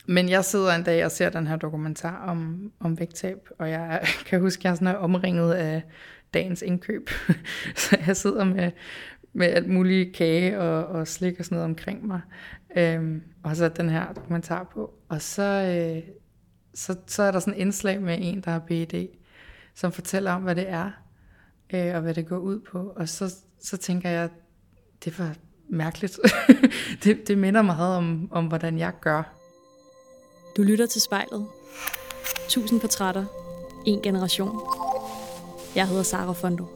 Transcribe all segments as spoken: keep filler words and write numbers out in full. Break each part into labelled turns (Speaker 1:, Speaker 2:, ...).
Speaker 1: Men jeg sidder en dag og ser den her dokumentar om, om vægttab, og jeg kan huske, at jeg er sådan omringet af dagens indkøb. Så jeg sidder med, med alt muligt kage og, og slik og sådan noget omkring mig, øhm, og har sat den her dokumentar på. Og så, øh, så, så er der sådan en indslag med en, der har B E D, som fortæller om, hvad det er, øh, og hvad det går ud på. Og så, så tænker jeg, det var mærkeligt. det, det minder meget om, om, hvordan jeg gør.
Speaker 2: Du lytter til Spejlet. Tusind portrætter. En generation. Jeg hedder Sara Fondo.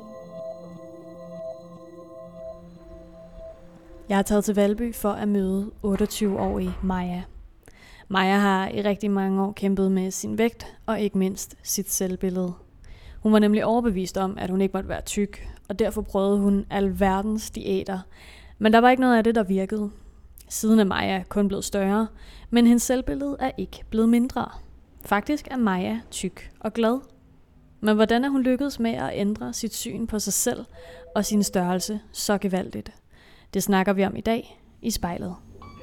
Speaker 2: Jeg har taget til Valby for at møde otteogtyve-årige Maja. Maja har i rigtig mange år kæmpet med sin vægt og ikke mindst sit selvbillede. Hun var nemlig overbevist om, at hun ikke måtte være tyk, og derfor prøvede hun alverdens diæter. Men der var ikke noget af det, der virkede. Siden er Maja kun blevet større, men hendes selvbillede er ikke blevet mindre. Faktisk er Maja tyk og glad. Men hvordan er hun lykkedes med at ændre sit syn på sig selv og sin størrelse så gevaldigt? Det snakker vi om i dag i Spejlet.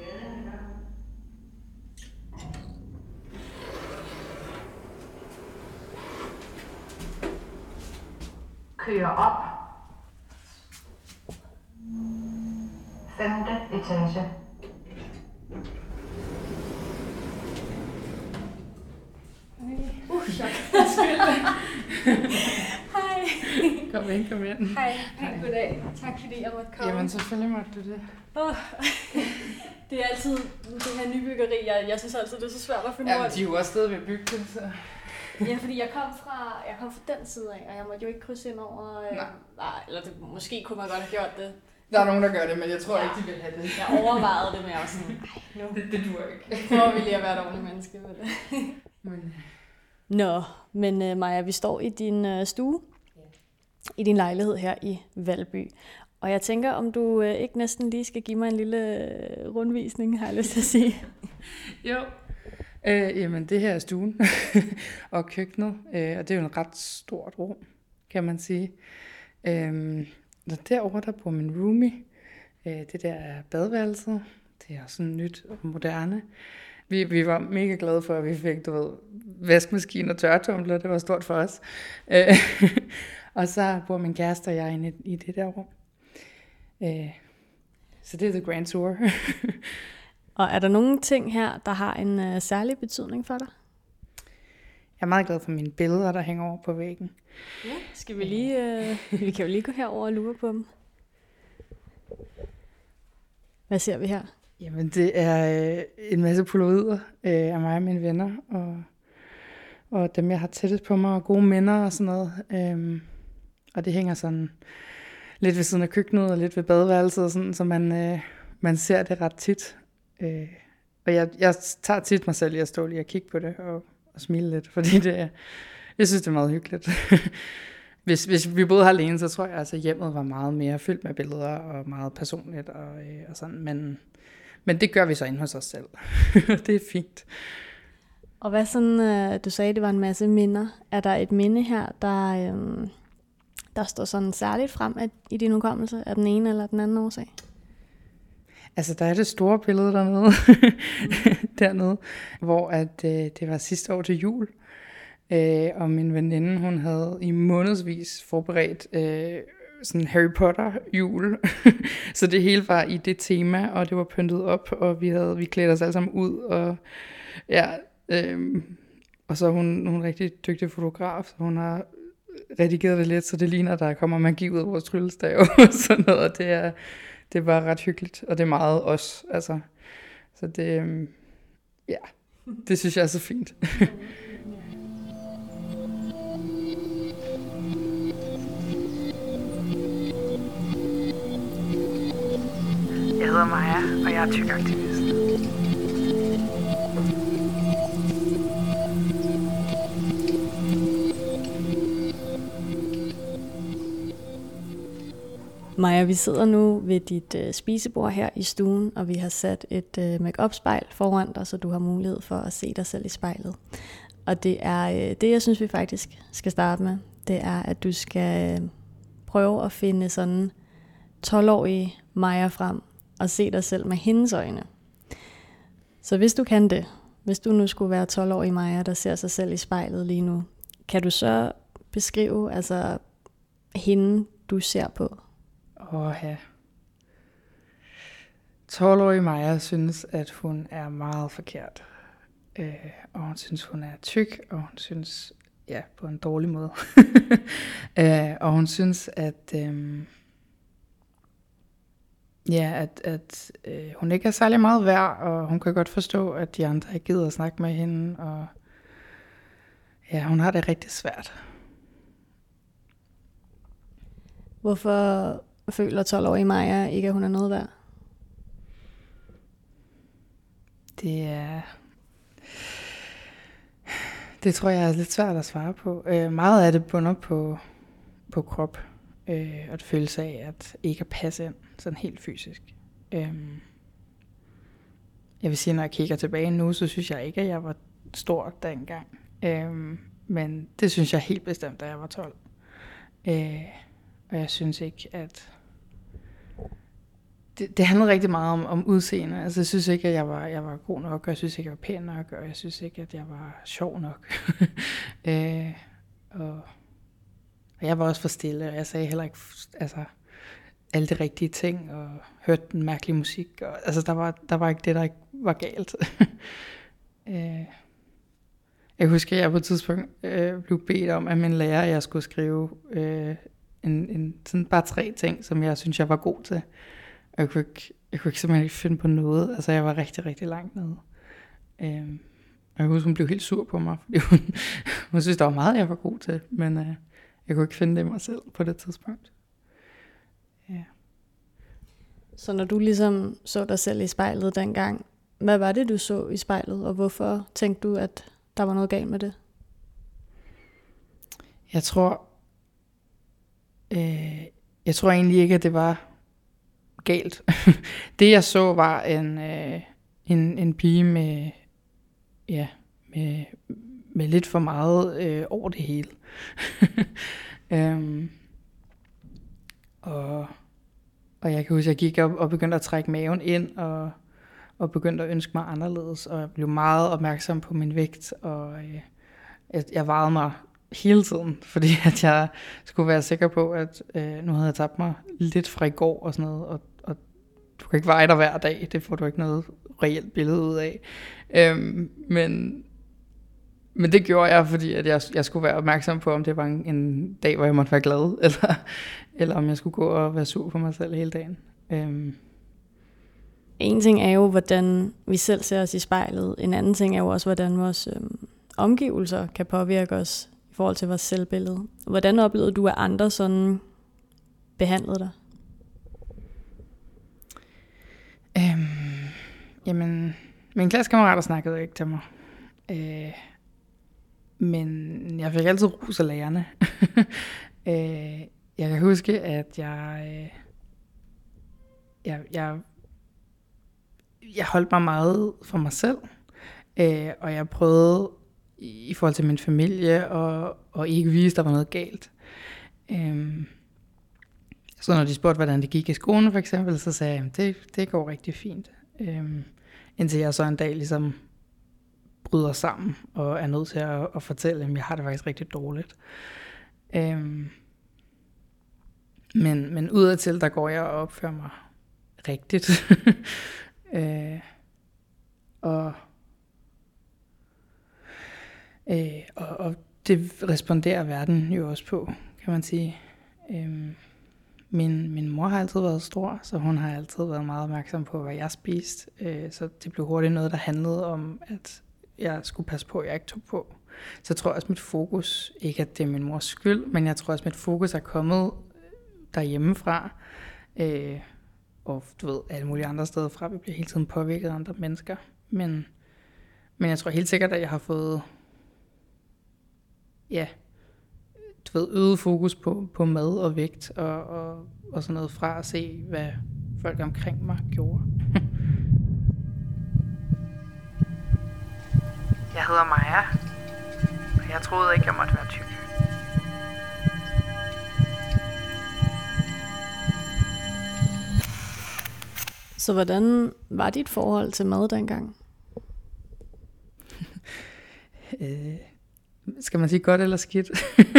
Speaker 3: Kører op. Femte etage.
Speaker 1: Uh, chok.
Speaker 2: Hej.
Speaker 1: Kom ind, kom ind.
Speaker 2: Hej, hej, goddag. Tak fordi jeg måtte komme.
Speaker 1: Jamen, selvfølgelig måtte du det.
Speaker 2: Oh. Det er altid det her nybyggeri, jeg, jeg synes altid, det er så svært at finde ud
Speaker 1: Ja,
Speaker 2: af.
Speaker 1: de er jo også stadig ved at bygge det, så...
Speaker 2: Ja, fordi jeg kom fra, jeg kom fra den side af, og jeg måtte jo ikke krydse ind over... Øh, nej, eller det, måske kunne man godt have gjort det.
Speaker 1: Der er nogen, der gør det, men jeg tror
Speaker 2: ja.
Speaker 1: ikke, de vil have det.
Speaker 2: Jeg overvejede det, men jeg var sådan, nej, nu
Speaker 1: det, det duer ikke.
Speaker 2: prøver vi lige at være et ordentligt menneske med det.
Speaker 1: men...
Speaker 2: Nå, men uh, Maja, vi står i din uh, stue, ja. I din lejlighed her i Valby. Og jeg tænker, om du uh, ikke næsten lige skal give mig en lille uh, rundvisning, har jeg lyst til at sige.
Speaker 1: jo. Øh, jamen, det her er stuen og køkkenet, øh, og det er jo en ret stort rum, kan man sige. Øh, og derovre, der bor min roomie. Øh, det der er badeværelset. Det er også sådan nyt og moderne. Vi, vi var mega glade for, at vi fik, du ved, vaskemaskine og tørretumbler. Det var stort for os. Øh, og så bor min kæreste og jeg inde i, i det der rum. Øh, så det er the grand tour.
Speaker 2: Og er der nogle ting her, der har en uh, særlig betydning for dig?
Speaker 1: Jeg er meget glad for mine billeder, der hænger over på væggen.
Speaker 2: Ja, skal vi lige... Uh, vi kan jo lige gå herover og lure på dem. Hvad ser vi her?
Speaker 1: Jamen, det er øh, en masse polaroider øh, af mig og mine venner, og, og dem, jeg har tættest på mig, og gode minder og sådan noget. Øhm, og det hænger sådan lidt ved siden af køkkenet og lidt ved badeværelset, og sådan, så man, øh, man ser det ret tit. Øh, og jeg, jeg tager tit mig selv i at stå lige og kigge på det og, og smile lidt, fordi det, jeg synes, det er meget hyggeligt. hvis, hvis vi boede her alene, så tror jeg, at altså, hjemmet var meget mere fyldt med billeder og meget personligt og, øh, og sådan, men... Men det gør vi så inde hos os selv. Det er fint.
Speaker 2: Og hvad sådan, du sagde, det var en masse minder. Er der et minde her, der, øhm, der står sådan særligt frem at, i din hukommelse af den ene eller den anden årsag?
Speaker 1: Altså, der er det store billede dernede, mm. dernede hvor at, øh, det var sidste år til jul. Øh, og min veninde, hun havde i månedsvis forberedt... Øh, sådan Harry Potter jul. Så det hele var i det tema, og det var pyntet op, og vi havde vi klædte os alle sammen ud, og ja, øhm, og så er hun, hun er en rigtig dygtig fotograf, så hun har redigeret det lidt, så det ligner, der kommer magi ud af vores tryllestav og sådan noget, og det er, det er bare ret hyggeligt, og det er meget os, altså. Så det, øhm, ja, det synes jeg er så fint. Jeg hedder Maja, og jeg er tykaktivist.
Speaker 2: Maja, vi sidder nu ved dit øh, spisebord her i stuen, og vi har sat et øh, make-up-spejl foran dig, så du har mulighed for at se dig selv i spejlet. Og det er øh, det, jeg synes, vi faktisk skal starte med. Det er, at du skal øh, prøve at finde sådan tolv-årige Maja frem, og se dig selv med hendes øjne. Så hvis du kan det, Hvis du nu skulle være tolv-årig Maja, der ser sig selv i spejlet lige nu, kan du så beskrive altså hende, du ser på?
Speaker 1: Åh ja. tolv-årige Maja synes, at hun er meget forkert. Øh, og hun synes, hun er tyk, og hun synes, ja, på en dårlig måde. øh, og hun synes, at, øh, ja, at, at øh, hun ikke er særlig meget værd, og hun kan godt forstå, at de andre ikke gider at snakke med hende, og ja, hun har det rigtig svært.
Speaker 2: Hvorfor føler tolv-årige Maja ikke, at hun er noget værd?
Speaker 1: Det er... Det tror jeg er lidt svært at svare på. Øh, meget af det bunder på, på krop, øh, og det følelse af at ikke at passe ind, sådan helt fysisk. Øh, jeg vil sige, når jeg kigger tilbage nu, så synes jeg ikke, at jeg var stor dengang. Øh, men det synes jeg helt bestemt, da jeg var tolv. Øh, og jeg synes ikke, at... Det, det handlede rigtig meget om, om udseende. Altså, jeg synes ikke, at jeg var, jeg var god nok, og jeg synes ikke, at jeg var pæn nok, og jeg synes ikke, at jeg var sjov nok. øh, og, og jeg var også for stille, og jeg sagde heller ikke altså, alle de rigtige ting, og hørte den mærkelige musik. Og, altså, der var, der var ikke det, der ikke var galt. øh, jeg husker, at jeg på et tidspunkt øh, blev bedt om, at min lærer, jeg skulle skrive øh, en, en, sådan bare tre ting, som jeg synes, jeg var god til. Og jeg kunne, ikke, jeg kunne ikke simpelthen ikke finde på noget. Altså, jeg var rigtig, rigtig langt nede. Øhm, og jeg husker, hun blev helt sur på mig, fordi hun, hun synes, der var meget, jeg var god til. Men øh, jeg kunne ikke finde det i mig selv på det tidspunkt. Ja.
Speaker 2: Så når du ligesom så dig selv i spejlet dengang, hvad var det, du så i spejlet, og hvorfor tænkte du, at der var noget galt med det?
Speaker 1: Jeg tror, øh, jeg tror egentlig ikke, at det var galt. Det jeg så var en, øh, en, en pige med, ja, med, med lidt for meget øh, over det hele. øhm, og, og jeg kan huske, at jeg gik op og begyndte at trække maven ind, og, og begyndte at ønske mig anderledes, og jeg blev meget opmærksom på min vægt, og øh, jeg, jeg vejede mig hele tiden, fordi at jeg skulle være sikker på, at øh, nu havde jeg tabt mig lidt fra i går og sådan noget, og, og du kan ikke veje dig hver dag, det får du ikke noget reelt billede ud af. Øhm, men, men det gjorde jeg, fordi at jeg, jeg skulle være opmærksom på, om det var en, en dag, hvor jeg måtte være glad, eller, eller om jeg skulle gå og være sur på mig selv hele dagen. Øhm.
Speaker 2: En ting er jo, hvordan vi selv ser os i spejlet. En anden ting er jo også, hvordan vores øhm, omgivelser kan påvirke os i forhold til vores selvbillede. Hvordan oplevede du, at andre sådan behandlede dig?
Speaker 1: Øhm, jamen, mine klassekammerater snakkede ikke til mig. Øh, men jeg fik altid ros af lærerne. øh, jeg kan huske, at jeg, øh, jeg, jeg, jeg holdt mig meget for mig selv. Øh, og jeg prøvede i forhold til min familie, og, og ikke vise, der var noget galt. Øhm, så når de spurgte, hvordan det gik i skolen for eksempel, så sagde jeg, at det, det går rigtig fint. Øhm, indtil jeg så en dag ligesom bryder sammen, og er nødt til at, at fortælle, at jeg har det faktisk rigtig dårligt. Øhm, men, men udadtil, der går jeg og opfører mig rigtigt. øh, og Øh, og, og det responderer verden jo også på, kan man sige. Øhm, min, min mor har altid været stor, så hun har altid været meget opmærksom på, hvad jeg spiste. Øh, så det blev hurtigt noget, der handlede om, at jeg skulle passe på, at jeg ikke tog på. Så jeg tror også, mit fokus, ikke at det er min mors skyld, men jeg tror også, mit fokus er kommet derhjemmefra. Øh, og du ved, alle mulige andre steder fra. Vi bliver hele tiden påvirket af andre mennesker. Men, men jeg tror helt sikkert, at jeg har fået... ja, du ved, øget fokus på, på mad og vægt og, og, og sådan noget fra at se, hvad folk omkring mig gjorde. Jeg hedder Maja, og jeg troede ikke, jeg måtte være tyk.
Speaker 2: Så hvordan var dit forhold til mad dengang?
Speaker 1: øh, skal man sige godt eller skidt?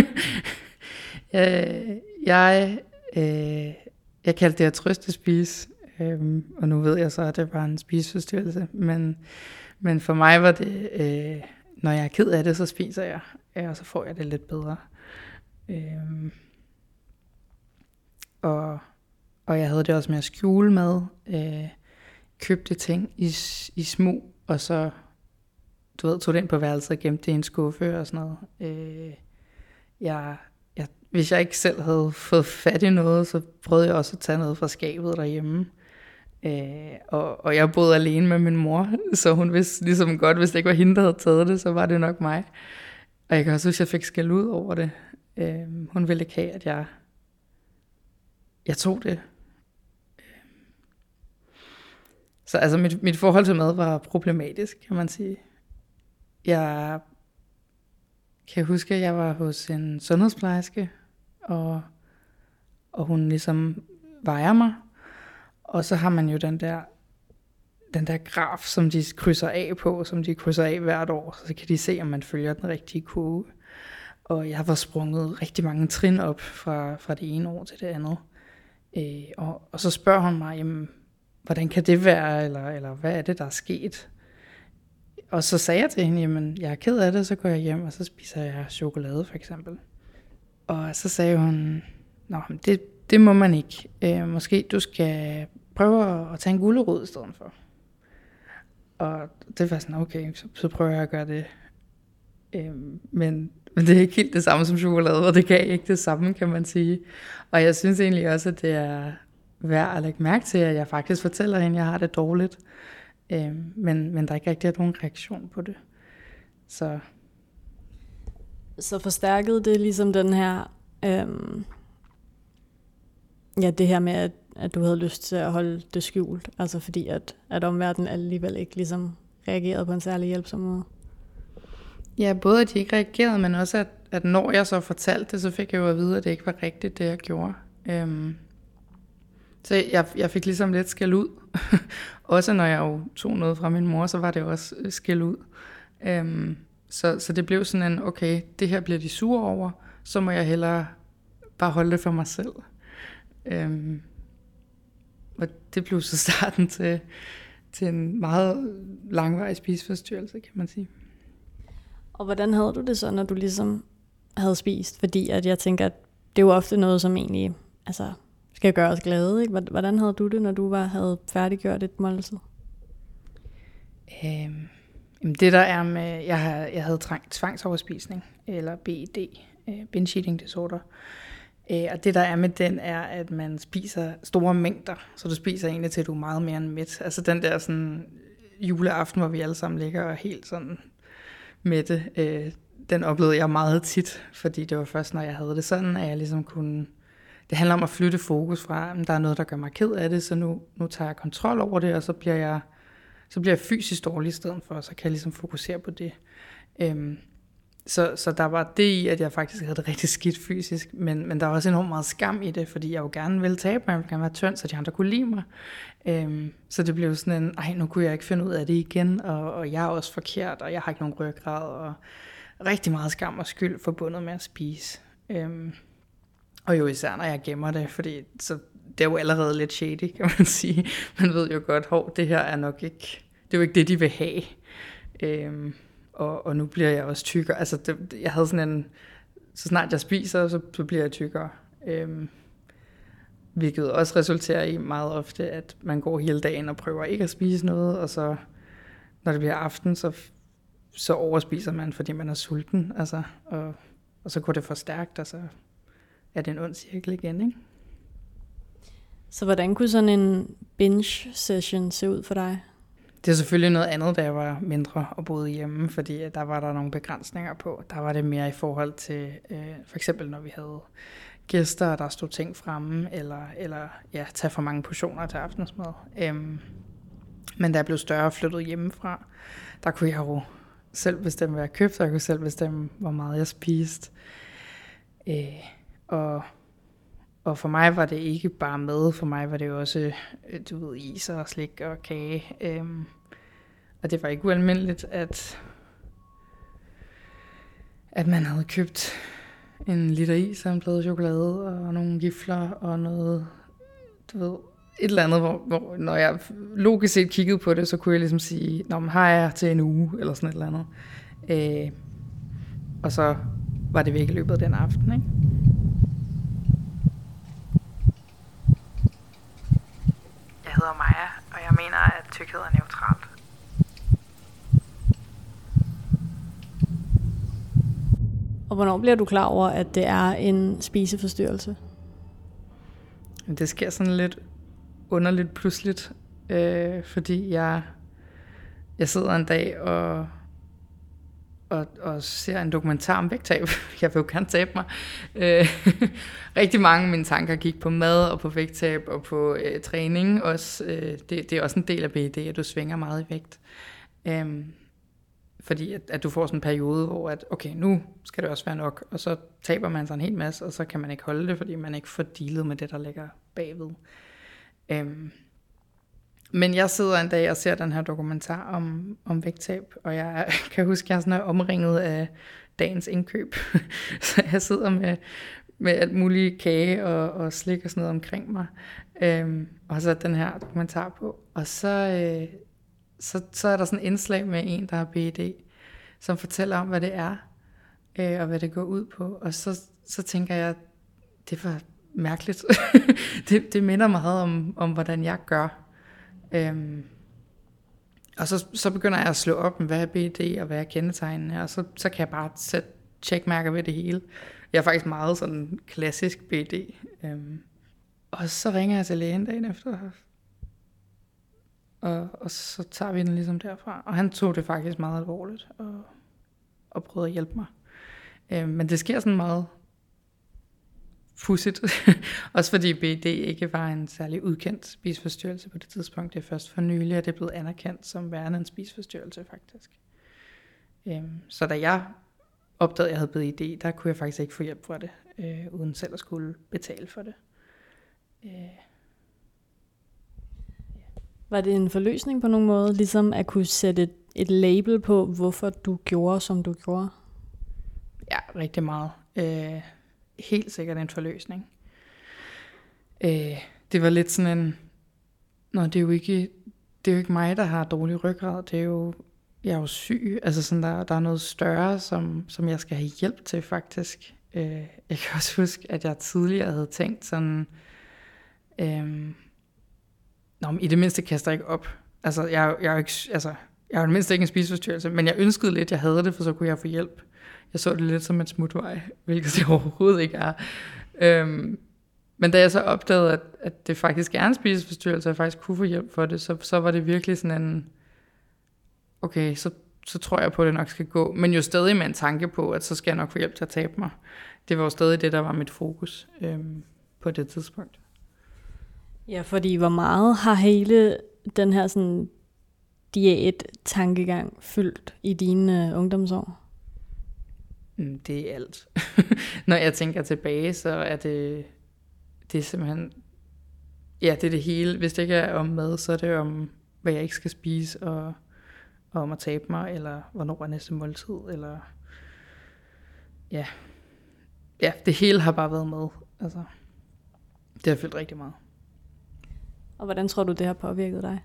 Speaker 1: øh, jeg, øh, jeg kaldte det at trøstespise, øh, og nu ved jeg så, at det var en spiseforstyrrelse, men, men for mig var det, øh, når jeg er ked af det, så spiser jeg, og så får jeg det lidt bedre. Øh, og, og jeg havde det også med at skjule mad, øh, købte ting i, i smug, og så du ved, tog det ind på værelset og gemte det i en skuffe og sådan noget. Øh, jeg, jeg, hvis jeg ikke selv havde fået fat i noget, så prøvede jeg også at tage noget fra skabet derhjemme. Øh, og, og jeg boede alene med min mor, så hun vidste ligesom godt, hvis det ikke var hende, der havde taget det, så var det nok mig. Og jeg kan også huske, at jeg fik skæld ud over det. Øh, hun ville ikke have, at jeg, jeg tog det. Så altså mit, mit forhold til mad var problematisk, kan man sige. Jeg kan huske, at jeg var hos en sundhedsplejerske, og, og hun ligesom vejer mig. Og så har man jo den der, den der graf, som de krydser af på, som de krydser af hvert år. Så kan de se, om man følger den rigtige kurve. Og jeg var sprunget rigtig mange trin op fra, fra det ene år til det andet. Øh, og, og så spørger hun mig, jamen, hvordan kan det være, eller, eller hvad er det, der er sket? Og så sagde jeg til hende, jamen, jeg er ked af det, så går jeg hjem, og så spiser jeg chokolade, for eksempel. Og så sagde hun, nå, det, det må man ikke. Øh, måske du skal prøve at tage en gulerod i stedet for. Og det var sådan, okay, så, så prøver jeg at gøre det. Øh, men, men det er ikke helt det samme som chokolade, og det gav ikke det samme, kan man sige. Og jeg synes egentlig også, at det er værd at lægge mærke til, at jeg faktisk fortæller hende, at jeg har det dårligt. Øh, men, men der er ikke rigtig nogen reaktion på det. Så,
Speaker 2: så forstærkede det ligesom den her, øhm, ja, det her med, at, at du havde lyst til at holde det skjult, altså fordi at, at omverdenen alligevel ikke ligesom reagerede på en særlig hjælpsom måde.
Speaker 1: Ja, både at de ikke reagerede, men også at, at når jeg så fortalte det, så fik jeg jo at vide, at det ikke var rigtigt, det jeg gjorde. Øhm, Så jeg, jeg fik ligesom lidt skæld ud. Også når jeg jo tog noget fra min mor, så var det også skæld ud. Øhm, så, så det blev sådan en, okay, det her bliver de sure over, så må jeg hellere bare holde det for mig selv. Øhm, og det blev så starten til, til en meget langvarig spiseforstyrrelse, kan man sige.
Speaker 2: Og hvordan havde du det så, når du ligesom havde spist? Fordi at jeg tænker, at det er jo ofte noget, som egentlig altså, skal gøre os glade. Ikke? Hvordan havde du det, når du var, havde færdiggjort et måltid?
Speaker 1: Øhm, det der er med, jeg, har, jeg havde tvangsoverspisning, eller B E D, binge eating disorder. Øh, og det der er med den, er, at man spiser store mængder, så du spiser egentlig til, du er meget mere end mæt. Altså den der sådan juleaften, hvor vi alle sammen ligger og helt sådan mætte, øh, den oplevede jeg meget tit, fordi det var først, når jeg havde det sådan, at jeg ligesom kunne. Det handler om at flytte fokus fra, at der er noget, der gør mig ked af det, så nu, nu tager jeg kontrol over det, og så bliver jeg, så bliver jeg fysisk dårlig i stedet for, så kan jeg ligesom fokusere på det. Øhm, så, så der var det i, at jeg faktisk havde det rigtig skidt fysisk, men, men der var også enormt meget skam i det, fordi jeg jo gerne ville tabe mig, jeg ville gerne være tynd, så de andre kunne lide mig. Øhm, så det blev sådan en, ej, nu kunne jeg ikke finde ud af det igen, og, og jeg er også forkert, og jeg har ikke nogen ryggrad, og rigtig meget skam og skyld forbundet med at spise. Øhm, Og jo især, når jeg gemmer det, fordi så, det er jo allerede lidt shady, kan man sige. Man ved jo godt, hov, det her er nok ikke, det er jo ikke det, de vil have. Øhm, og, og nu bliver jeg også tykkere. Altså, det, jeg havde sådan en, så snart jeg spiser, så, så bliver jeg tykkere. Øhm, hvilket også resulterer i meget ofte, at man går hele dagen og prøver ikke at spise noget, og så, når det bliver aften, så, så overspiser man, fordi man er sulten. Altså, og, og så går det for stærkt, og så er det en ond cirkel igen, ikke?
Speaker 2: Så hvordan kunne sådan en binge session se ud for dig?
Speaker 1: Det er selvfølgelig noget andet, da jeg var mindre og boede hjemme, fordi der var der nogle begrænsninger på. Der var det mere i forhold til, øh, for eksempel når vi havde gæster, der stod ting fremme, eller, eller ja, tage for mange portioner til aftensmad. Øhm, men da jeg blev større og flyttet hjemmefra, der kunne jeg jo selv bestemme, hvad jeg købte, og jeg kunne selv bestemme, hvor meget jeg spiste. Øh, Og, og for mig var det ikke bare mad, for mig var det jo også, du ved, is og slik og kage. Øhm, og det var ikke ualmindeligt, at, at man havde købt en liter is og en plade chokolade og nogle gifler og noget, du ved, et eller andet, hvor, hvor når jeg logisk set kiggede på det, så kunne jeg ligesom sige, nå, men har jeg til en uge, eller sådan et eller andet. Øh, og så var det væk i løbet af den aften, ikke? Jeg hedder Maja, og jeg mener, at tykkhed er neutralt.
Speaker 2: Og hvornår bliver du klar over, at det er en spiseforstyrrelse?
Speaker 1: Det sker sådan lidt underligt pludseligt, øh, fordi jeg, jeg sidder en dag og, og, og ser en dokumentar om vægttab. Jeg vil jo gerne tabe mig. Øh, rigtig mange af mine tanker gik på mad og på vægttab og på øh, træning. Også, øh, det, det er også en del af B E D, at du svinger meget i vægt. Øh, fordi at, at du får sådan en periode, hvor at, okay, nu skal det også være nok, og så taber man sig en hel masse, og så kan man ikke holde det, fordi man ikke får dealet med det, der ligger bagved. Øhm. Men jeg sidder en dag og ser den her dokumentar om, om vægttab, og jeg kan huske, at jeg er sådan omringet af dagens indkøb. Så jeg sidder med, med alt muligt kage og, og slik og sådan noget omkring mig, øhm, og har sat den her dokumentar på, og så... Øh, Så, så er der sådan et indslag med en, der har B E D, som fortæller om, hvad det er, øh, og hvad det går ud på. Og så, så tænker jeg, det var mærkeligt. det, det minder meget om, om hvordan jeg gør. Øhm, og så, så begynder jeg at slå op, hvad er B E D, og hvad er kendetegnene, og så, så kan jeg bare sætte checkmærker ved det hele. Jeg er faktisk meget sådan klassisk B E D. Øhm, og så ringer jeg til lægen dagen efter, Og, og så tager vi den ligesom derfra. Og han tog det faktisk meget alvorligt, og, og prøvede at hjælpe mig. Øh, men det sker sådan meget pudsigt. Også fordi B E D ikke var en særlig udkendt spiseforstyrrelse på det tidspunkt. Det er først for nylig, at det er blevet anerkendt som værende en spiseforstyrrelse faktisk. Øh, så da jeg opdagede, at jeg havde B E D, der kunne jeg faktisk ikke få hjælp for det, øh, uden selv at skulle betale for det. Øh.
Speaker 2: Var det en forløsning på nogen måde, ligesom at kunne sætte et, et label på, hvorfor du gjorde, som du gjorde?
Speaker 1: Ja, rigtig meget. Øh, helt sikkert en forløsning. Øh, det var lidt sådan en, nå, det er jo ikke, det er jo ikke mig, der har dårlig ryggrad, det er jo, jeg er jo syg, altså sådan, der, der er noget større, som, som jeg skal have hjælp til faktisk. Øh, jeg kan også huske, at jeg tidligere havde tænkt sådan, øh, nå, men i det mindste kaster jeg ikke op. Altså, jeg, jeg er jo ikke, altså, jeg er jo det mindste ikke en spiseforstyrrelse, men jeg ønskede lidt, jeg havde det, for så kunne jeg få hjælp. Jeg så det lidt som en smutvej, hvilket det overhovedet ikke er. Øhm, men da jeg så opdagede, at, at det faktisk er en spiseforstyrrelse, og jeg faktisk kunne få hjælp for det, så, så var det virkelig sådan en, okay, så, så tror jeg på, at det nok skal gå. Men jo stadig med en tanke på, at så skal jeg nok få hjælp til at tabe mig. Det var jo stadig det, der var mit fokus øhm, på det tidspunkt.
Speaker 2: Ja, fordi hvor meget har hele den her sådan diæt-tankegang fyldt i dine ungdomsår?
Speaker 1: Det er alt. Når jeg tænker tilbage, så er det, det er simpelthen, ja, det er det hele. Hvis det ikke er om mad, så er det om, hvad jeg ikke skal spise, og, og om at tabe mig, eller hvornår er næste måltid, eller ja, ja, det hele har bare været med. Altså, det har fyldt rigtig meget.
Speaker 2: Og hvordan tror du, det har påvirket dig?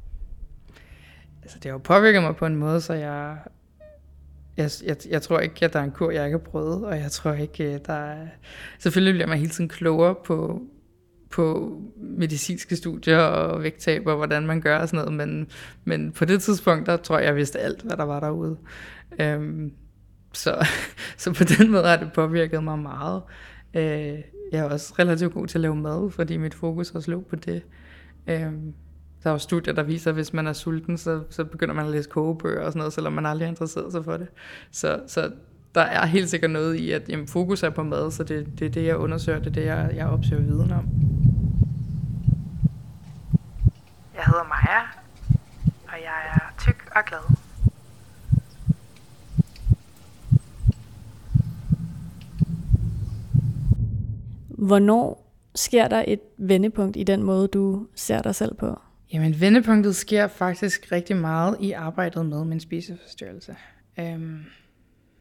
Speaker 1: Altså, det har jo påvirket mig på en måde, så jeg, jeg, jeg, jeg tror ikke, at der er en kur, jeg ikke har prøvet, og jeg tror ikke, der er, selvfølgelig bliver man hele tiden klogere på, på medicinske studier og vægttab, og hvordan man gør og sådan noget, men, men på det tidspunkt, der tror jeg, jeg vidste alt, hvad der var derude. Øhm, så, så på den måde har det påvirket mig meget. Øh, jeg er også relativt god til at lave mad, fordi mit fokus også lå på det. Øhm, der er jo studier, der viser, at hvis man er sulten, så, så begynder man at læse kogebøger og sådan noget, selvom man aldrig har interesseret sig for det. Så, så der er helt sikkert noget i, at jamen, fokus er på mad, så det, det er det, jeg undersøger, det er det, jeg, jeg opsøger viden om. Jeg hedder Maja, og jeg er tyk og glad.
Speaker 2: Hvornår sker der et vendepunkt i den måde, du ser dig selv på?
Speaker 1: Jamen, vendepunktet sker faktisk rigtig meget i arbejdet med min spiseforstyrrelse. Øhm,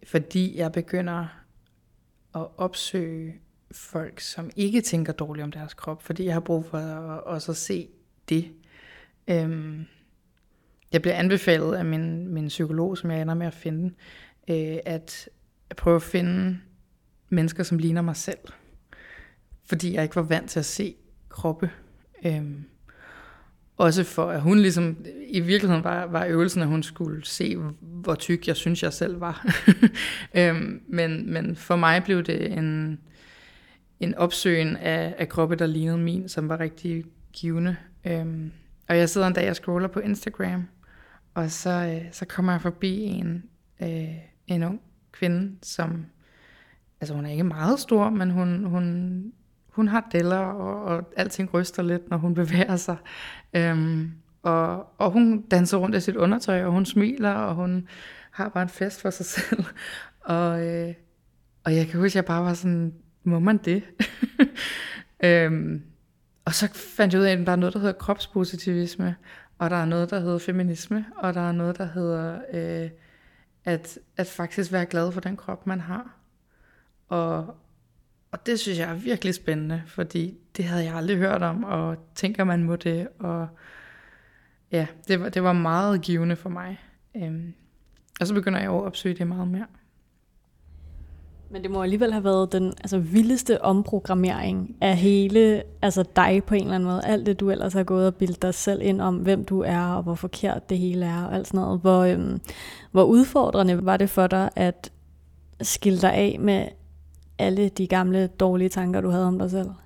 Speaker 1: fordi jeg begynder at opsøge folk, som ikke tænker dårligt om deres krop, fordi jeg har brug for at også at se det. Øhm, jeg bliver anbefalet af min, min psykolog, som jeg ender med at finde, øh, at prøve at finde mennesker, som ligner mig selv. Fordi jeg ikke var vant til at se kroppe. Øhm, også for, at hun ligesom, i virkeligheden var, var øvelsen, at hun skulle se, hvor tyk jeg synes, jeg selv var. øhm, men, men for mig blev det en, en opsøgen af, af kroppe, der lignede min, som var rigtig givende. Øhm, og jeg sidder en dag og scroller på Instagram, og så, øh, så kommer jeg forbi en, øh, en ung kvinde, som, altså hun er ikke meget stor, men hun, hun, hun har deller, og, og alting ryster lidt, når hun bevæger sig. Øhm, og, og hun danser rundt i sit undertøj, og hun smiler, og hun har bare en fest for sig selv. og, øh, og jeg kan huske, at jeg bare var sådan, må man det? øhm, og så fandt jeg ud af, at der er noget, der hedder kropspositivisme, og der er noget, der hedder feminisme, og der er noget, der hedder øh, at, at faktisk være glad for den krop, man har. Og, og det synes jeg er virkelig spændende, fordi det havde jeg aldrig hørt om, og tænker man må det, og ja, det var, det var meget givende for mig. Øhm, og så begynder jeg at opsøge det meget mere.
Speaker 2: Men det må alligevel have været den altså, vildeste omprogrammering af hele altså dig på en eller anden måde. Alt det, du ellers har gået og bildet dig selv ind om, hvem du er, og hvor forkert det hele er, og alt sådan noget. Hvor, øhm, hvor udfordrende var det for dig at skille dig af med alle de gamle, dårlige tanker, du havde om dig selv?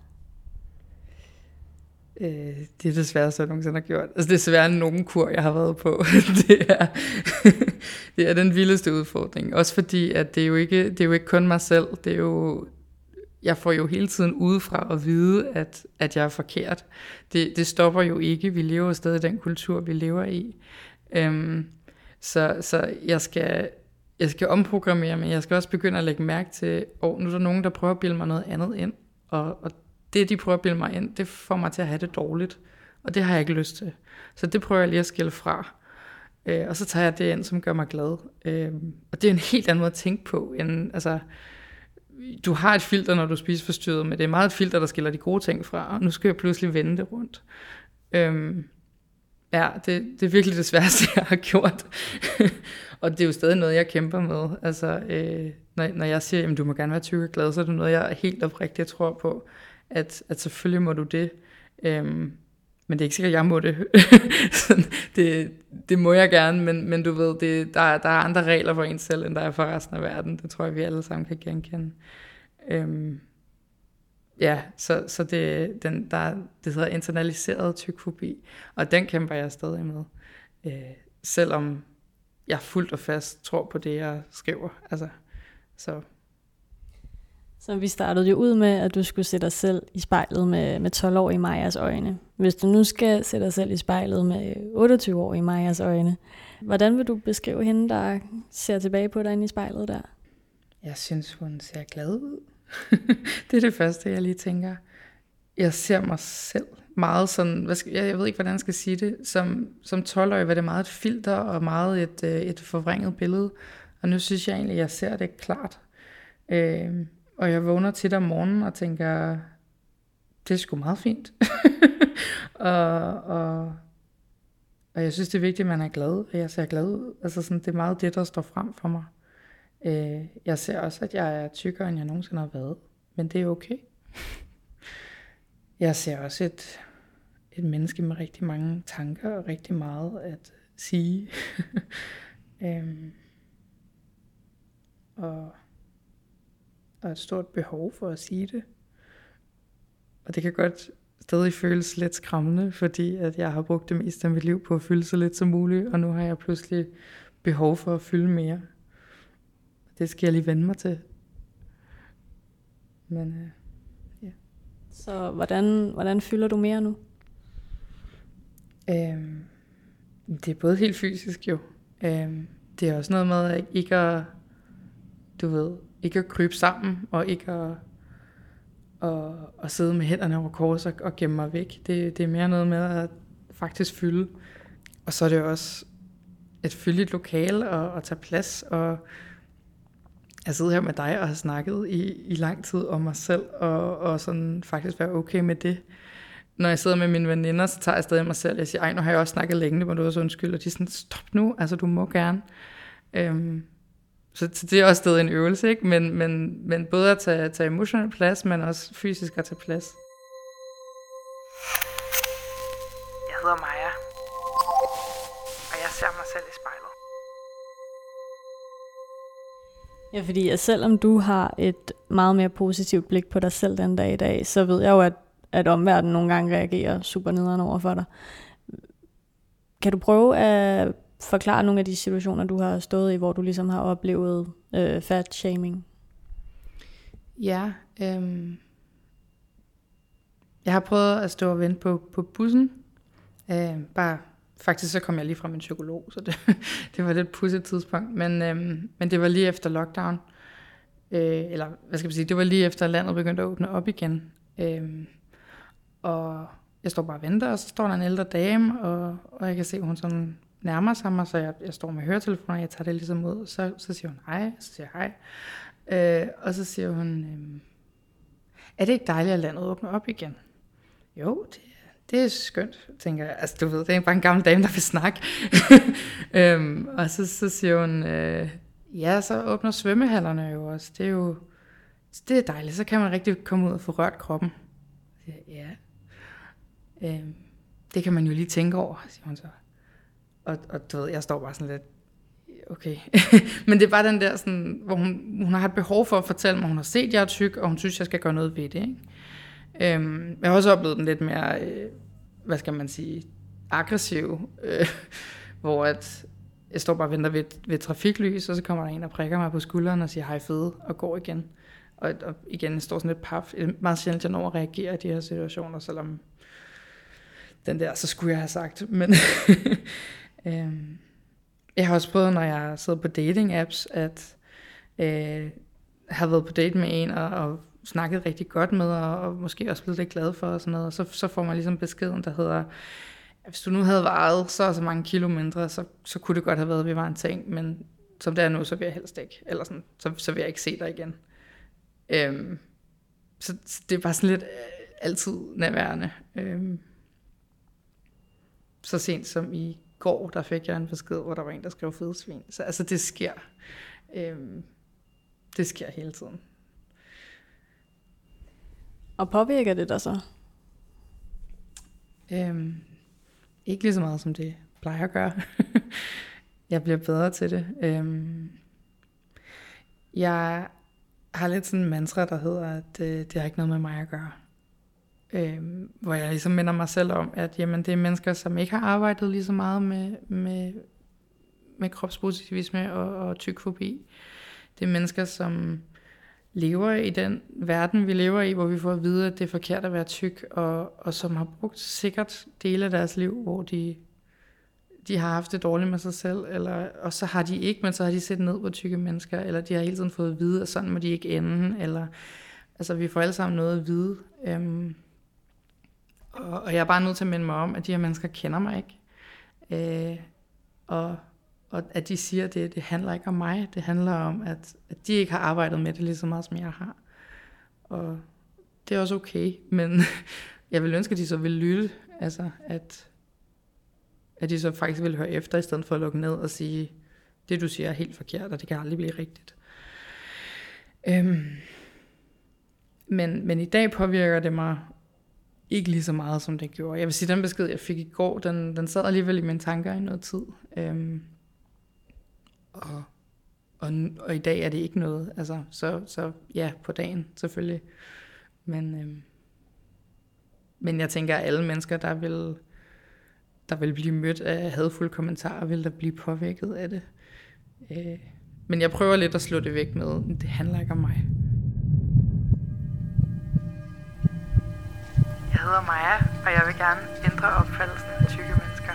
Speaker 1: Øh, det er det sværeste, jeg nogensinde har gjort. Altså det er sværere end nogen kur, jeg har været på. det, er, det er den vildeste udfordring. Også fordi, at det er jo ikke, det er jo ikke kun mig selv. Det er jo, jeg får jo hele tiden udefra at vide, at, at jeg er forkert. Det, det stopper jo ikke. Vi lever jo stadig i den kultur, vi lever i. Øhm, så, så jeg skal... Jeg skal omprogrammere, men jeg skal også begynde at lægge mærke til, at oh, nu er der nogen, der prøver at bilde mig noget andet ind, og, og det, de prøver at bilde mig ind, det får mig til at have det dårligt, og det har jeg ikke lyst til. Så det prøver jeg lige at skille fra, øh, og så tager jeg det ind, som gør mig glad. Øh, og det er en helt anden måde at tænke på, end, altså, du har et filter, når du spiser forstyrret, men det er meget et filter, der skiller de gode ting fra, og nu skal jeg pludselig vende det rundt. Øh, Ja, det, det er virkelig det sværeste, jeg har gjort. Og det er jo stadig noget, jeg kæmper med. Altså, øh, når, når jeg siger, at du må gerne være tyk og glad, så er det noget, jeg helt oprigtigt tror på, at, at selvfølgelig må du det. Øhm, men det er ikke sikkert, at jeg må det. det. Det må jeg gerne, men, men du ved, det, der, der er andre regler for en selv, end der er for resten af verden. Det tror jeg, vi alle sammen kan genkende. Øhm, Ja, så, så det, den, der, det hedder internaliseret tykfobi, og den kæmper jeg stadig med. Øh, selvom jeg fuldt og fast tror på det, jeg skriver. Altså, så.
Speaker 2: så vi startede jo ud med, at du skulle sætte dig selv i spejlet med, med tolv år i Majas øjne. Hvis du nu skal sætte dig selv i spejlet med otteogtyve år i Majas øjne, hvordan vil du beskrive hende, der ser tilbage på dig inde i spejlet der?
Speaker 1: Jeg synes, hun ser glad ud. Det er det første, jeg lige tænker. Jeg ser mig selv meget sådan, hvad skal, jeg, jeg ved ikke, hvordan jeg skal sige det, som, som tolv-årig var det meget et filter, og meget et, et forvrænget billede, og nu synes jeg egentlig, at jeg ser det klart. Øh, og jeg vågner tit om morgenen og tænker, det er sgu meget fint. og, og, og jeg synes, det er vigtigt, at man er glad, og jeg ser glad ud. Altså sådan, det er meget det, der står frem for mig. Øh, jeg ser også, at jeg er tykkere, end jeg nogensinde har været. Men det er okay. Jeg ser også et, et menneske med rigtig mange tanker og rigtig meget at sige. øhm, og, og et stort behov for at sige det. Og det kan godt stadig føles lidt skræmmende, fordi at jeg har brugt det meste af mit liv på at fylde så lidt som muligt, og nu har jeg pludselig behov for at fylde mere. Det skal jeg lige vende mig til. Men øh, ja.
Speaker 2: Så hvordan, hvordan fylder du mere nu?
Speaker 1: Øhm, det er både helt fysisk jo. Øhm, det er også noget med at ikke at, du ved, ikke at krybe sammen, og ikke at, at, at sidde med hænderne over kors og, og gemme mig væk. Det, det er mere noget med at faktisk fylde. Og så er det også et fyldigt lokale og, og tage plads og jeg sidder her med dig og har snakket i, i lang tid om mig selv, og, og sådan faktisk være okay med det. Når jeg sidder med mine veninder, så tager jeg stadig mig selv. Jeg siger, ej, nu har jeg også snakket længe, det må du også undskylde. Og de er sådan, stop nu, altså du må gerne. Øhm, så, så det er også stadig en øvelse, ikke? Men, men, men både at tage, tage emotionel plads, men også fysisk at tage plads. Jeg hedder Maja, og jeg ser mig selv i spejlet.
Speaker 2: Ja, fordi at selvom du har et meget mere positivt blik på dig selv den dag i dag, så ved jeg jo, at, at omverdenen nogle gange reagerer super nederen over for dig. Kan du prøve at forklare nogle af de situationer, du har stået i, hvor du ligesom har oplevet øh, fat-shaming?
Speaker 1: Ja, øhm, jeg har prøvet at stå og vente på, på bussen. Øh, bare Faktisk så kom jeg lige fra min psykolog, så det, det var et lidt pudset tidspunkt. Men, øhm, men det var lige efter lockdown. Øh, eller hvad skal man sige, det var lige efter landet begyndte at åbne op igen. Øh, og jeg står bare og venter, og så står der en ældre dame, og, og jeg kan se, at hun sådan nærmer sig mig, så jeg, jeg står med høretelefoner, og jeg tager det ligesom ud. Så, så siger hun hej, så siger jeg hej. Øh, og så siger hun, øh, er det ikke dejligt, at landet åbner op igen? Jo, det Det er skønt, tænker jeg. Altså, du ved, det er bare en gammel dame, der vil snakke. øhm, og så, så siger hun, øh, ja, så åbner svømmehallerne jo også. Det er jo det er dejligt, så kan man rigtig komme ud og få rørt kroppen. Ja, ja. Øhm, det kan man jo lige tænke over, siger hun så. Og, og du ved, jeg står bare sådan lidt, okay. Men det er bare den der, sådan, hvor hun, hun har et behov for at fortælle mig, hun har set, at jeg er tyk, og hun synes, jeg skal gøre noget ved det, ikke? Øhm, jeg har også oplevet den lidt mere, øh, hvad skal man sige, aggressiv, øh, hvor at jeg står bare og venter ved, ved et trafiklys, og så kommer der en, der prikker mig på skulderen og siger hej fede, og går igen. Og, og igen, jeg står sådan lidt paf. Det er meget sjældent, jeg når at reagere i de her situationer, selvom den der, så skulle jeg have sagt. Men øhm, jeg har også prøvet, når jeg sidder på dating-apps, at øh, have været på date med en, og, og snakket rigtig godt med, og, og måske også blevet lidt glad for, og sådan noget. Og så, så får man ligesom beskeden, der hedder, hvis du nu havde vejet så og så mange kilo mindre, så, så kunne det godt have været, at vi var en ting, men som det er nu, så vil jeg helst ikke. Eller sådan, så, så vil jeg ikke se dig igen. Øhm, så, så det er bare sådan lidt øh, altid nærværende. Øhm, så sent som i går, der fik jeg en besked, hvor der var en, der skrev fede svin. Så altså, det sker. Øhm, det sker hele tiden.
Speaker 2: Og påvirker det dig så?
Speaker 1: Øhm, ikke lige så meget, som det plejer at gøre. Jeg bliver bedre til det. Øhm, jeg har lidt sådan en mantra, der hedder, at øh, det har ikke noget med mig at gøre. Øhm, hvor jeg ligesom minder mig selv om, at jamen, det er mennesker, som ikke har arbejdet lige så meget med, med, med kropspositivisme og, og tykfobi. Det er mennesker, som lever i den verden, vi lever i, hvor vi får at vide, at det er forkert at være tyk, og, og som har brugt sikkert dele af deres liv, hvor de, de har haft det dårligt med sig selv, eller, og så har de ikke, men så har de set ned på tykke mennesker, eller de har hele tiden fået at vide, at sådan må de ikke ende, eller altså vi får alle sammen noget at vide. Øhm, og, og jeg er bare nødt til at minde mig om, at de her mennesker kender mig ikke. Øh, og Og at de siger, at det, det handler ikke om mig. Det handler om, at, at de ikke har arbejdet med det lige så meget, som jeg har. Og det er også okay. Men jeg vil ønske, at de så vil lytte. Altså, at, at de så faktisk vil høre efter, i stedet for at lukke ned og sige, det du siger er helt forkert, og det kan aldrig blive rigtigt. Øhm, men, men i dag påvirker det mig ikke lige så meget, som det gjorde. Jeg vil sige, den besked, jeg fik i går, den, den sad alligevel i mine tanker i noget tid. Øhm, Og, og, og i dag er det ikke noget, altså, så, så ja, på dagen selvfølgelig, men, øhm, men jeg tænker, at alle mennesker, der vil, der vil blive mødt af hadfulde kommentarer, vil der blive påvirket af det. Øh, men jeg prøver lidt at slå det væk med, det handler ikke om mig. Jeg hedder Maja, og jeg vil gerne ændre opfattelsen af tykke mennesker.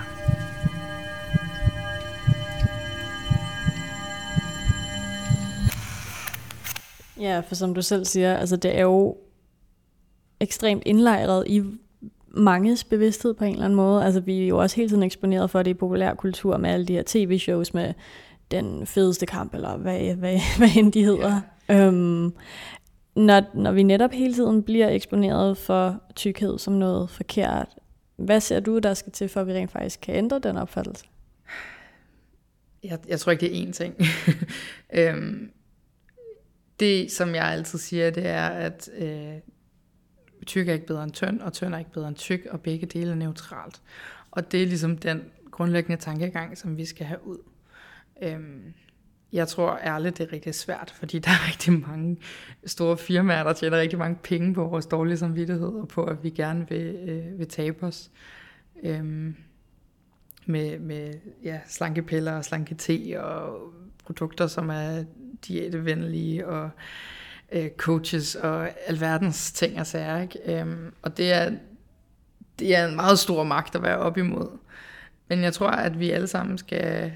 Speaker 2: Ja, for som du selv siger, altså det er jo ekstremt indlejret i manges bevidsthed på en eller anden måde. Altså vi er jo også hele tiden eksponeret for det i populærkultur med alle de her tv-shows med den fedeste kamp, eller hvad, hvad, hvad end de hedder. Ja. Øhm, når, når vi netop hele tiden bliver eksponeret for tykkhed som noget forkert, hvad ser du, der skal til, for at vi rent faktisk kan ændre den opfattelse?
Speaker 1: Jeg, jeg tror ikke, det er én ting. øhm, det, som jeg altid siger, det er, at øh, tyk er ikke bedre end tynd, og tynd er ikke bedre end tyk, og begge dele er neutralt. Og det er ligesom den grundlæggende tankegang, som vi skal have ud. Øhm, jeg tror ærligt, det er rigtig svært, fordi der er rigtig mange store firmaer, der tjener rigtig mange penge på vores dårlige samvittighed, og på, at vi gerne vil, øh, vil tabe os. Øhm, med, med ja, slankepiller og slanke-te og produkter, som er diætevenlige og øh, coaches og alverdens ting og sager. Ikke? Øhm, og det er, det er en meget stor magt at være op imod. Men jeg tror, at vi alle sammen skal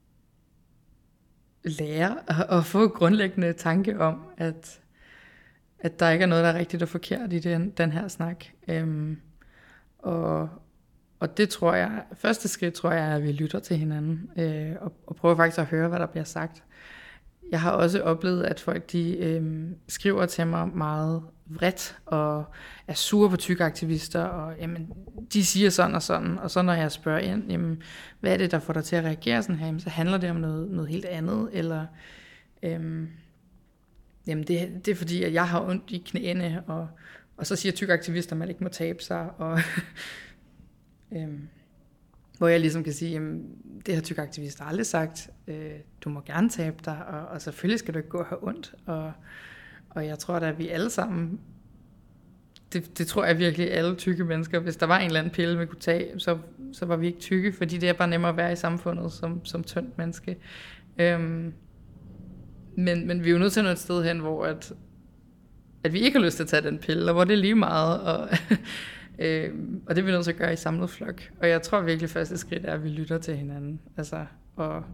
Speaker 1: lære at få grundlæggende tanke om, at, at der ikke er noget, der er rigtigt og forkert i den, den her snak. Øhm, og, og det tror jeg, første skridt tror jeg, er, at vi lytter til hinanden, øh, og, og prøver faktisk at høre, hvad der bliver sagt. Jeg har også oplevet, at folk de, øh, skriver til mig meget vredt, og er sure på tykaktivister, og jamen, de siger sådan og sådan, og så når jeg spørger ind, jamen, hvad er det, der får dig til at reagere sådan her, jamen, så handler det om noget, noget helt andet, eller øh, jamen, det, det er fordi, at jeg har ondt i knæene, og, og så siger tykaktivister, at man ikke må tabe sig, og øh, hvor jeg ligesom kan sige, jamen, det har tykaktivister aldrig sagt, øh, du må gerne tabe dig, og, og selvfølgelig skal du ikke gå og have ondt, og, og jeg tror da, at vi alle sammen, det, det tror jeg virkelig alle tykke mennesker, hvis der var en eller anden pille, vi kunne tage, så, så var vi ikke tykke, fordi det er bare nemmere at være i samfundet som, som tyndt menneske. Øhm, men, men vi er jo nødt til at nå et sted hen, hvor at, at vi ikke har lyst til at tage den pille, og hvor det er lige meget, og Øh, og det er vi nødt til at gøre i samlet flok. Og jeg tror virkelig, første skridt er, at vi lytter til hinanden. Altså, og,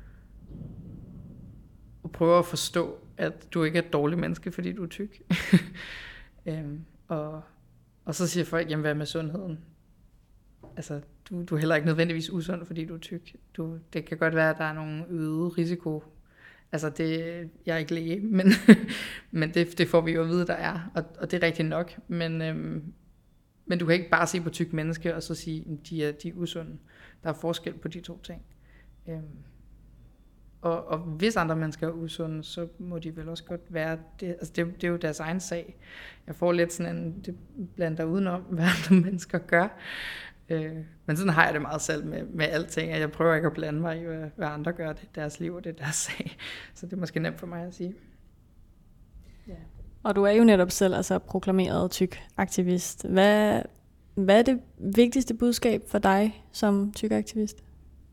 Speaker 1: og prøver at forstå, at du ikke er et dårligt menneske, fordi du er tyk. øhm, og, og så siger folk, jamen hvad med sundheden? Altså, du, du er heller ikke nødvendigvis usund, fordi du er tyk. Du, det kan godt være, at der er nogle øget risiko. Altså, det, jeg er ikke læge, men, men det, det får vi jo at vide, der er. Og, og det er rigtigt nok. Men øhm, Men du kan ikke bare se på tyk menneske og så sige, at de er, de er usunde. Der er forskel på de to ting. Øhm, og, og hvis andre mennesker er usunde, så må de vel også godt være det. Altså det, det er jo deres egen sag. Jeg får lidt sådan en, det blander udenom, hvad andre mennesker gør. Øh, men sådan har jeg det meget selv med, med alting, at jeg prøver ikke at blande mig i, hvad, hvad andre gør. Det er deres liv, og det er deres sag. Så det er måske nemt for mig at sige.
Speaker 2: Ja. Og du er jo netop selv altså proklameret tyk aktivist. Hvad, hvad er det vigtigste budskab for dig som tyk aktivist?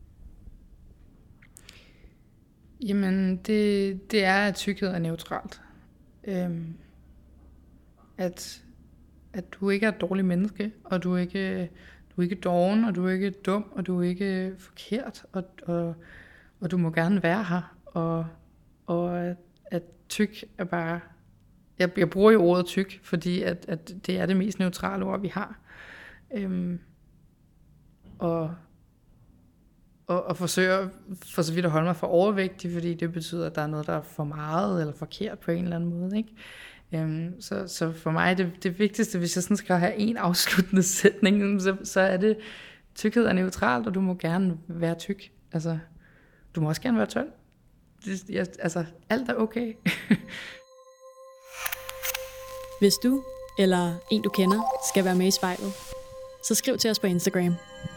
Speaker 1: Jamen, det, det er, at tykkhed er neutralt. Øhm, at, at du ikke er et dårligt menneske, og du er ikke, du er ikke doven, og du er ikke dum, og du er ikke forkert, og, og, og du må gerne være her. Og, og at, at tyk er bare... Jeg, jeg bruger jo ordet tyk, fordi at, at det er det mest neutrale ord, vi har. Øhm, og, og, og forsøger for så vidt at holde mig for overvægtig, fordi det betyder, at der er noget, der er for meget eller forkert på en eller anden måde. Ikke? Øhm, så, så for mig er det, det vigtigste, hvis jeg sådan skal have en afsluttende sætning, så, så er det, tykkhed er neutralt, og du må gerne være tyk. Altså, du må også gerne være tynd. Det, jeg, altså, alt er okay.
Speaker 2: Hvis du eller en du kender skal være med i spejlet, så skriv til os på Instagram.